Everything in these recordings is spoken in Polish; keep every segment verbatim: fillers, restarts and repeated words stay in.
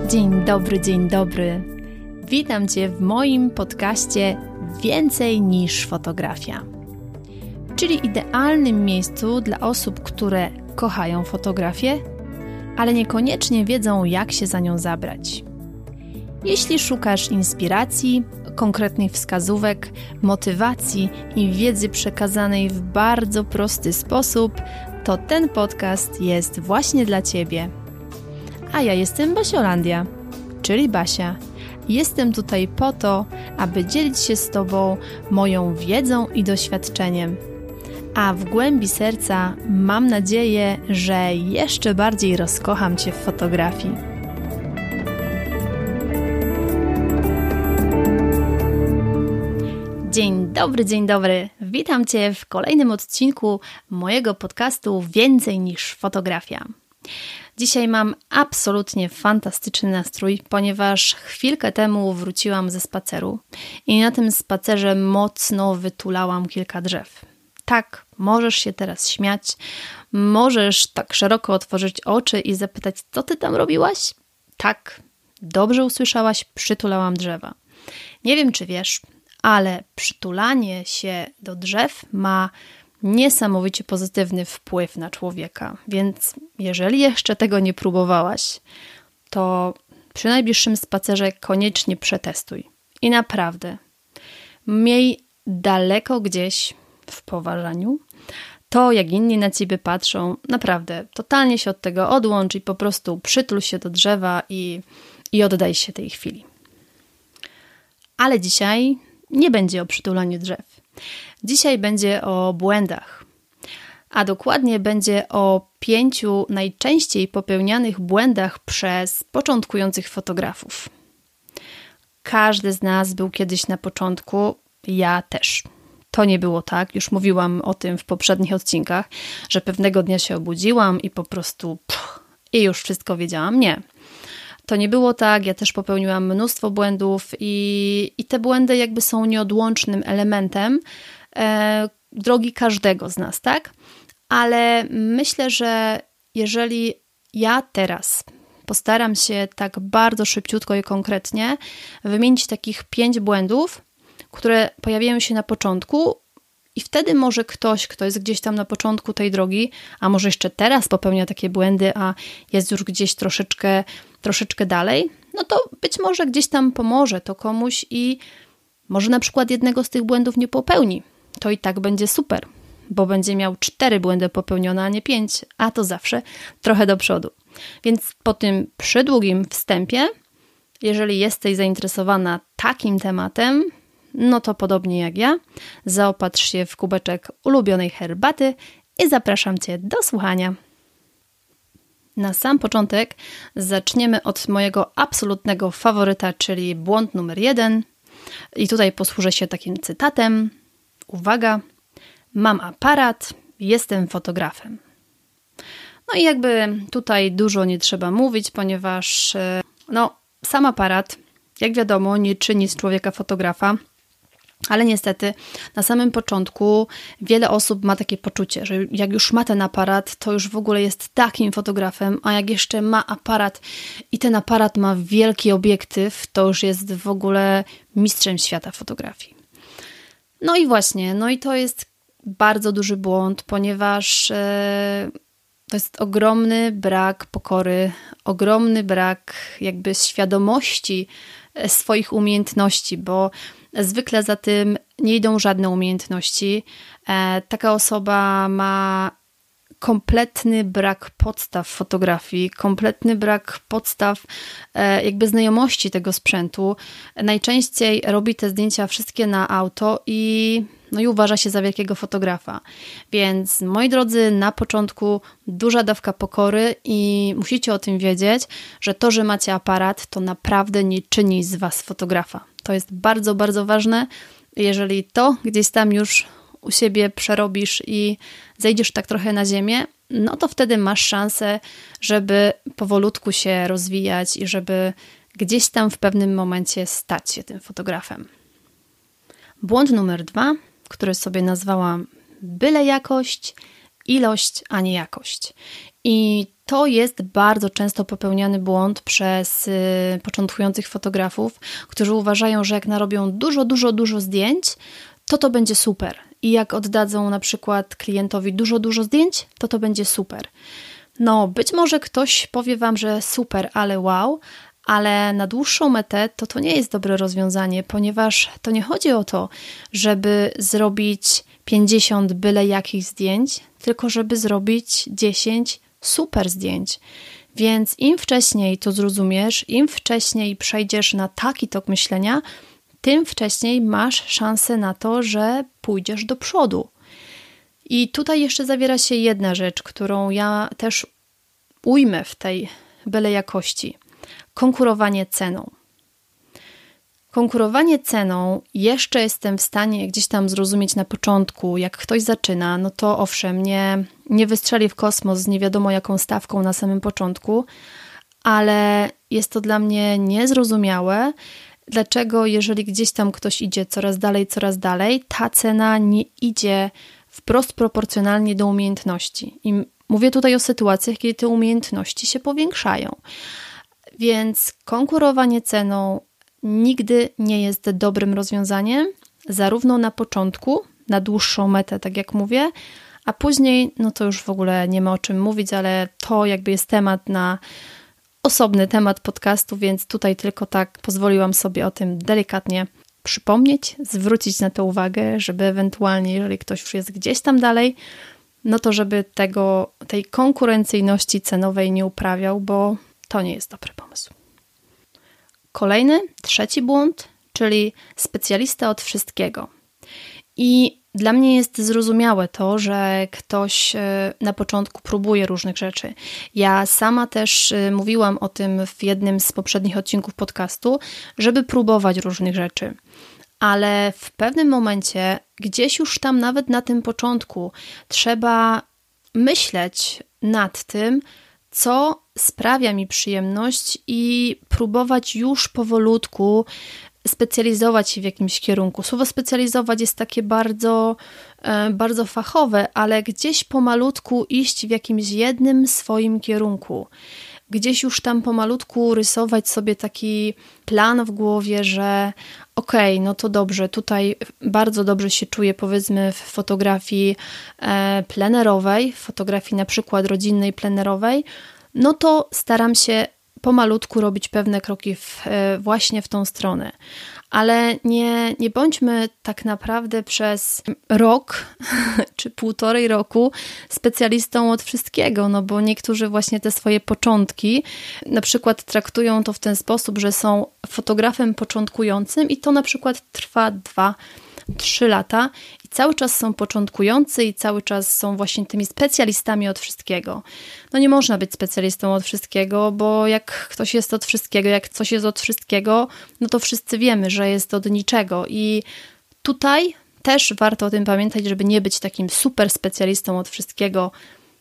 Dzień dobry, dzień dobry. Witam Cię w moim podcaście Więcej niż fotografia, czyli idealnym miejscu dla osób, które kochają fotografię, ale niekoniecznie wiedzą, jak się za nią zabrać. Jeśli szukasz inspiracji, konkretnych wskazówek, motywacji i wiedzy przekazanej w bardzo prosty sposób, to ten podcast jest właśnie dla Ciebie. A ja jestem Basiolandia, czyli Basia. Jestem tutaj po to, aby dzielić się z Tobą moją wiedzą i doświadczeniem. A w głębi serca mam nadzieję, że jeszcze bardziej rozkocham Cię w fotografii. Dzień dobry, dzień dobry. Witam Cię w kolejnym odcinku mojego podcastu Więcej niż fotografia. Dzisiaj mam absolutnie fantastyczny nastrój, ponieważ chwilkę temu wróciłam ze spaceru i na tym spacerze mocno wytulałam kilka drzew. Tak, możesz się teraz śmiać, możesz tak szeroko otworzyć oczy i zapytać, co ty tam robiłaś? Tak, dobrze usłyszałaś, przytulałam drzewa. Nie wiem, czy wiesz, ale przytulanie się do drzew ma niesamowicie pozytywny wpływ na człowieka, więc jeżeli jeszcze tego nie próbowałaś, to przy najbliższym spacerze koniecznie przetestuj. I naprawdę, miej daleko gdzieś w poważaniu to, jak inni na ciebie patrzą, naprawdę totalnie się od tego odłącz i po prostu przytul się do drzewa i, i oddaj się tej chwili. Ale dzisiaj nie będzie o przytulaniu drzew. Dzisiaj będzie o błędach, a dokładnie będzie o pięciu najczęściej popełnianych błędach przez początkujących fotografów. Każdy z nas był kiedyś na początku, ja też. To nie było tak, już mówiłam o tym w poprzednich odcinkach, że pewnego dnia się obudziłam i po prostu pff, i już wszystko wiedziałam. Nie. To nie było tak, ja też popełniłam mnóstwo błędów i, i te błędy jakby są nieodłącznym elementem e, drogi każdego z nas, tak? Ale myślę, że jeżeli ja teraz postaram się tak bardzo szybciutko i konkretnie wymienić takich pięć błędów, które pojawiają się na początku i wtedy może ktoś, kto jest gdzieś tam na początku tej drogi, a może jeszcze teraz popełnia takie błędy, a jest już gdzieś troszeczkę, troszeczkę dalej, no to być może gdzieś tam pomoże to komuś i może na przykład jednego z tych błędów nie popełni. To i tak będzie super, bo będzie miał cztery błędy popełnione, a nie pięć, a to zawsze trochę do przodu. Więc po tym przydługim wstępie, jeżeli jesteś zainteresowana takim tematem, no to podobnie jak ja, zaopatrz się w kubeczek ulubionej herbaty i zapraszam Cię do słuchania. Na sam początek zaczniemy od mojego absolutnego faworyta, czyli błąd numer jeden. I tutaj posłużę się takim cytatem. Uwaga, mam aparat, jestem fotografem. No i jakby tutaj dużo nie trzeba mówić, ponieważ no, sam aparat, jak wiadomo, nie czyni z człowieka fotografa. Ale niestety na samym początku wiele osób ma takie poczucie, że jak już ma ten aparat, to już w ogóle jest takim fotografem, a jak jeszcze ma aparat i ten aparat ma wielki obiektyw, to już jest w ogóle mistrzem świata fotografii. No i właśnie, no i to jest bardzo duży błąd, ponieważ e, to jest ogromny brak pokory, ogromny brak jakby świadomości swoich umiejętności, bo zwykle za tym nie idą żadne umiejętności. E, taka osoba ma kompletny brak podstaw fotografii, kompletny brak podstaw e, jakby znajomości tego sprzętu. Najczęściej robi te zdjęcia wszystkie na auto i, no i uważa się za wielkiego fotografa. Więc moi drodzy, na początku duża dawka pokory i musicie o tym wiedzieć, że to, że macie aparat, to naprawdę nie czyni z Was fotografa. To jest bardzo, bardzo ważne. Jeżeli to gdzieś tam już u siebie przerobisz i zejdziesz tak trochę na ziemię, no to wtedy masz szansę, żeby powolutku się rozwijać i żeby gdzieś tam w pewnym momencie stać się tym fotografem. Błąd numer dwa, który sobie nazwałam byle jakość, ilość, a nie jakość. I to jest bardzo często popełniany błąd przez y, początkujących fotografów, którzy uważają, że jak narobią dużo, dużo, dużo zdjęć, to to będzie super. I jak oddadzą na przykład klientowi dużo, dużo zdjęć, to to będzie super. No, być może ktoś powie Wam, że super, ale wow, ale na dłuższą metę to to nie jest dobre rozwiązanie, ponieważ to nie chodzi o to, żeby zrobić pięćdziesiąt byle jakich zdjęć, tylko żeby zrobić dziesięć super zdjęć. Więc im wcześniej to zrozumiesz, im wcześniej przejdziesz na taki tok myślenia, tym wcześniej masz szansę na to, że pójdziesz do przodu. I tutaj jeszcze zawiera się jedna rzecz, którą ja też ujmę w tej byle jakości. Konkurowanie ceną. Konkurowanie ceną jeszcze jestem w stanie gdzieś tam zrozumieć na początku, jak ktoś zaczyna, no to owszem, nie, nie wystrzeli w kosmos z nie wiadomo jaką stawką na samym początku, ale jest to dla mnie niezrozumiałe, dlaczego jeżeli gdzieś tam ktoś idzie coraz dalej, coraz dalej, ta cena nie idzie wprost proporcjonalnie do umiejętności. I mówię tutaj o sytuacjach, kiedy te umiejętności się powiększają. Więc konkurowanie ceną nigdy nie jest dobrym rozwiązaniem, zarówno na początku, na dłuższą metę, tak jak mówię, a później, no to już w ogóle nie ma o czym mówić, ale to jakby jest temat na osobny temat podcastu, więc tutaj tylko tak pozwoliłam sobie o tym delikatnie przypomnieć, zwrócić na to uwagę, żeby ewentualnie, jeżeli ktoś już jest gdzieś tam dalej, no to żeby tego, tej konkurencyjności cenowej nie uprawiał, bo to nie jest dobry pomysł. Kolejny, trzeci błąd, czyli specjalista od wszystkiego. I dla mnie jest zrozumiałe to, że ktoś na początku próbuje różnych rzeczy. Ja sama też mówiłam o tym w jednym z poprzednich odcinków podcastu, żeby próbować różnych rzeczy. Ale w pewnym momencie, gdzieś już tam nawet na tym początku, trzeba myśleć nad tym, co sprawia mi przyjemność i próbować już powolutku specjalizować się w jakimś kierunku. Słowo specjalizować jest takie bardzo, bardzo fachowe, ale gdzieś pomalutku iść w jakimś jednym swoim kierunku. Gdzieś już tam pomalutku rysować sobie taki plan w głowie, że okej, okay, no to dobrze, tutaj bardzo dobrze się czuję powiedzmy w fotografii plenerowej, w fotografii na przykład rodzinnej, plenerowej, no to staram się pomalutku robić pewne kroki w, właśnie w tą stronę. Ale nie, nie bądźmy tak naprawdę przez rok czy półtorej roku specjalistą od wszystkiego, no bo niektórzy właśnie te swoje początki na przykład traktują to w ten sposób, że są fotografem początkującym i to na przykład trwa dwa, trzy lata i cały czas są początkujący i cały czas są właśnie tymi specjalistami od wszystkiego. No nie można być specjalistą od wszystkiego, bo jak ktoś jest od wszystkiego, jak coś jest od wszystkiego, no to wszyscy wiemy, że jest od niczego i tutaj też warto o tym pamiętać, żeby nie być takim super specjalistą od wszystkiego.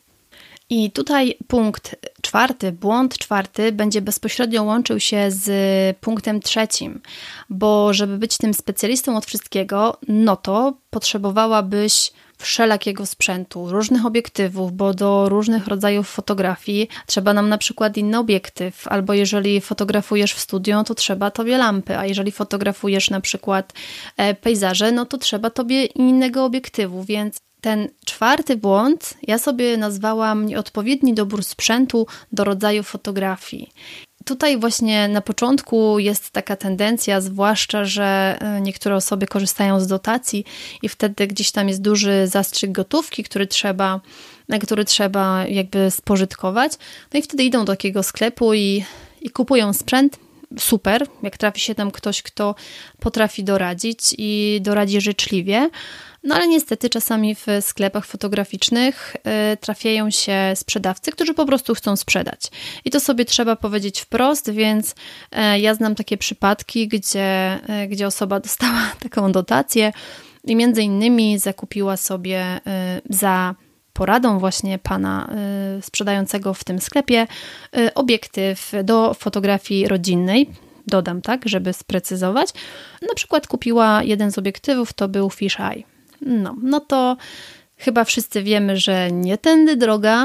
I tutaj punkt czwarty, błąd czwarty będzie bezpośrednio łączył się z punktem trzecim, bo żeby być tym specjalistą od wszystkiego, no to potrzebowałabyś wszelakiego sprzętu, różnych obiektywów, bo do różnych rodzajów fotografii trzeba nam na przykład inny obiektyw, albo jeżeli fotografujesz w studio, to trzeba tobie lampy, a jeżeli fotografujesz na przykład pejzaże, no to trzeba tobie innego obiektywu, więc ten czwarty błąd ja sobie nazwałam nieodpowiedni dobór sprzętu do rodzaju fotografii. Tutaj właśnie na początku jest taka tendencja, zwłaszcza, że niektóre osoby korzystają z dotacji i wtedy gdzieś tam jest duży zastrzyk gotówki, który trzeba, który trzeba jakby spożytkować. No i wtedy idą do takiego sklepu i, i kupują sprzęt. Super, jak trafi się tam ktoś, kto potrafi doradzić i doradzi życzliwie. No ale niestety czasami w sklepach fotograficznych y, trafiają się sprzedawcy, którzy po prostu chcą sprzedać. I to sobie trzeba powiedzieć wprost, więc y, ja znam takie przypadki, gdzie, y, gdzie osoba dostała taką dotację i między innymi zakupiła sobie y, za poradą właśnie pana y, sprzedającego w tym sklepie y, obiektyw do fotografii rodzinnej. Dodam tak, żeby sprecyzować. Na przykład kupiła jeden z obiektywów, to był Fish Eye. No, no to chyba wszyscy wiemy, że nie tędy droga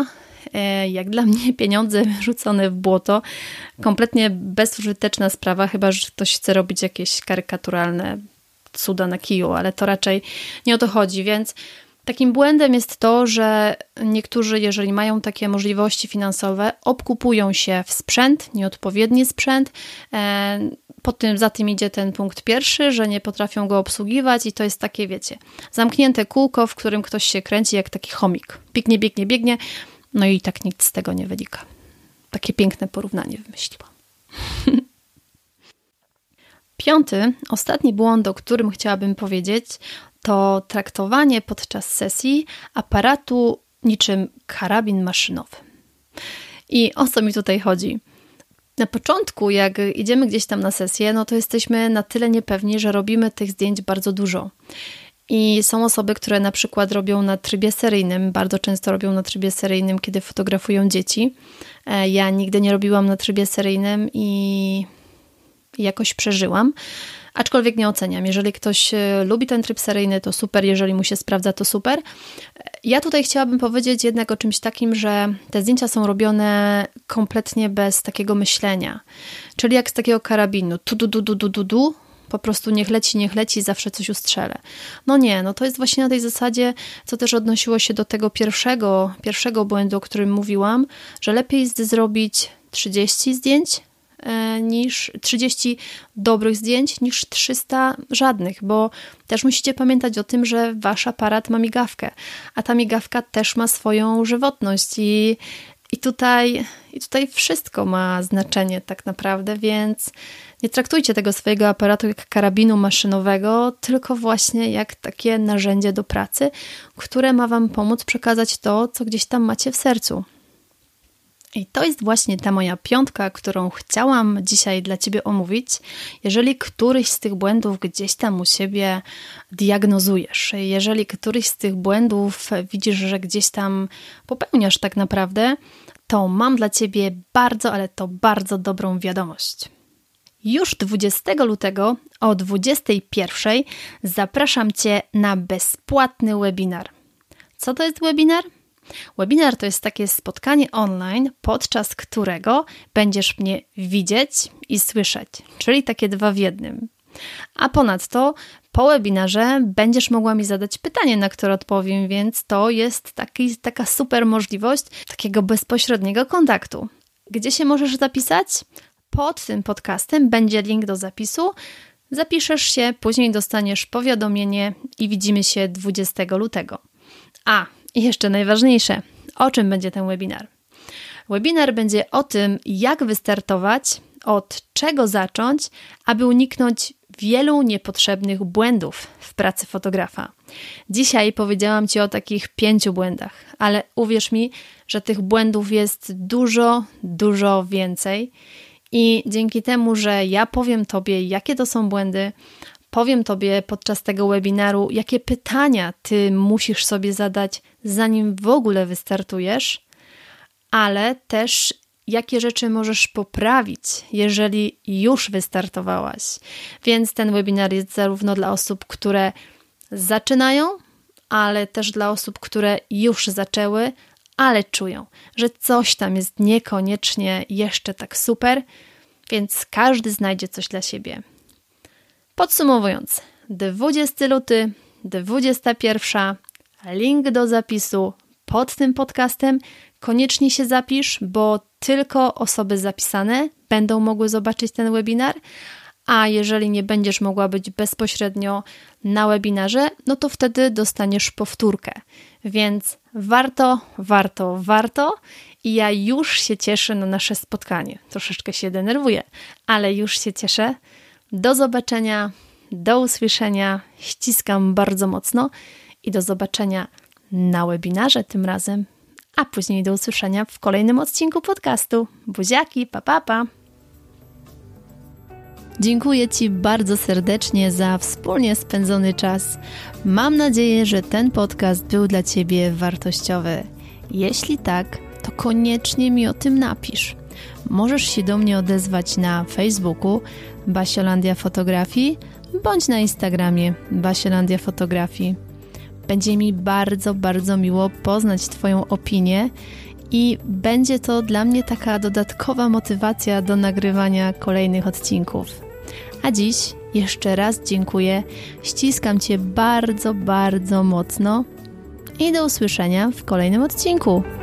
Jak dla mnie pieniądze wyrzucone w błoto, kompletnie bezużyteczna sprawa, chyba że ktoś chce robić jakieś karykaturalne cuda na kiju, ale to raczej nie o to chodzi, więc takim błędem jest to, że niektórzy, jeżeli mają takie możliwości finansowe, obkupują się w sprzęt, nieodpowiedni sprzęt. Po tym, za tym idzie ten punkt pierwszy, że nie potrafią go obsługiwać i to jest takie, wiecie, zamknięte kółko, w którym ktoś się kręci jak taki chomik. Biegnie, biegnie, biegnie, no i tak nic z tego nie wynika. Takie piękne porównanie wymyśliłam. Piąty, ostatni błąd, o którym chciałabym powiedzieć, to traktowanie podczas sesji aparatu niczym karabin maszynowy. I o co mi tutaj chodzi? Na początku, jak idziemy gdzieś tam na sesję, no to jesteśmy na tyle niepewni, że robimy tych zdjęć bardzo dużo. I są osoby, które na przykład robią na trybie seryjnym, bardzo często robią na trybie seryjnym, kiedy fotografują dzieci. Ja nigdy nie robiłam na trybie seryjnym i jakoś przeżyłam, aczkolwiek nie oceniam. Jeżeli ktoś lubi ten tryb seryjny, to super, jeżeli mu się sprawdza, to super. Ja tutaj chciałabym powiedzieć jednak o czymś takim, że te zdjęcia są robione kompletnie bez takiego myślenia. Czyli jak z takiego karabinu, tu du du du du du du, po prostu niech leci, niech leci, zawsze coś ustrzelę. No nie, no to jest właśnie na tej zasadzie, co też odnosiło się do tego pierwszego, pierwszego błędu, o którym mówiłam, że lepiej jest zrobić trzydzieści zdjęć, niż trzydzieści dobrych zdjęć niż trzysta żadnych, bo też musicie pamiętać o tym, że wasz aparat ma migawkę, a ta migawka też ma swoją żywotność i, i, tutaj, i tutaj wszystko ma znaczenie tak naprawdę, więc nie traktujcie tego swojego aparatu jak karabinu maszynowego, tylko właśnie jak takie narzędzie do pracy, które ma wam pomóc przekazać to, co gdzieś tam macie w sercu. I to jest właśnie ta moja piątka, którą chciałam dzisiaj dla Ciebie omówić. Jeżeli któryś z tych błędów gdzieś tam u siebie diagnozujesz, jeżeli któryś z tych błędów widzisz, że gdzieś tam popełniasz tak naprawdę, to mam dla Ciebie bardzo, ale to bardzo dobrą wiadomość. Już dwudziestego lutego o dwudziestej pierwszej zapraszam Cię na bezpłatny webinar. Co to jest webinar? Webinar to jest takie spotkanie online, podczas którego będziesz mnie widzieć i słyszeć, czyli takie dwa w jednym. A ponadto po webinarze będziesz mogła mi zadać pytanie, na które odpowiem, więc to jest taki, taka super możliwość takiego bezpośredniego kontaktu. Gdzie się możesz zapisać? Pod tym podcastem będzie link do zapisu. Zapiszesz się, później dostaniesz powiadomienie i widzimy się dwudziestego lutego. A, i jeszcze najważniejsze, o czym będzie ten webinar? Webinar będzie o tym, jak wystartować, od czego zacząć, aby uniknąć wielu niepotrzebnych błędów w pracy fotografa. Dzisiaj powiedziałam Ci o takich pięciu błędach, ale uwierz mi, że tych błędów jest dużo, dużo więcej i dzięki temu, że ja powiem Tobie, jakie to są błędy, powiem Tobie podczas tego webinaru, jakie pytania Ty musisz sobie zadać, zanim w ogóle wystartujesz, ale też jakie rzeczy możesz poprawić, jeżeli już wystartowałaś. Więc ten webinar jest zarówno dla osób, które zaczynają, ale też dla osób, które już zaczęły, ale czują, że coś tam jest niekoniecznie jeszcze tak super, więc każdy znajdzie coś dla siebie. Podsumowując, dwudziestego lutego, dwudziesta pierwsza, link do zapisu pod tym podcastem. Koniecznie się zapisz, bo tylko osoby zapisane będą mogły zobaczyć ten webinar, a jeżeli nie będziesz mogła być bezpośrednio na webinarze, no to wtedy dostaniesz powtórkę. Więc warto, warto, warto i ja już się cieszę na nasze spotkanie. Troszeczkę się denerwuję, ale już się cieszę. Do zobaczenia, do usłyszenia, ściskam bardzo mocno i do zobaczenia na webinarze tym razem, a później do usłyszenia w kolejnym odcinku podcastu. Buziaki, pa, pa, pa. Dziękuję Ci bardzo serdecznie za wspólnie spędzony czas. Mam nadzieję, że ten podcast był dla Ciebie wartościowy. Jeśli tak, to koniecznie mi o tym napisz. Możesz się do mnie odezwać na Facebooku Basiolandia Fotografii bądź na Instagramie Basiolandia Fotografii. Będzie mi bardzo, bardzo miło poznać Twoją opinię i będzie to dla mnie taka dodatkowa motywacja do nagrywania kolejnych odcinków. A dziś jeszcze raz dziękuję, ściskam Cię bardzo, bardzo mocno i do usłyszenia w kolejnym odcinku.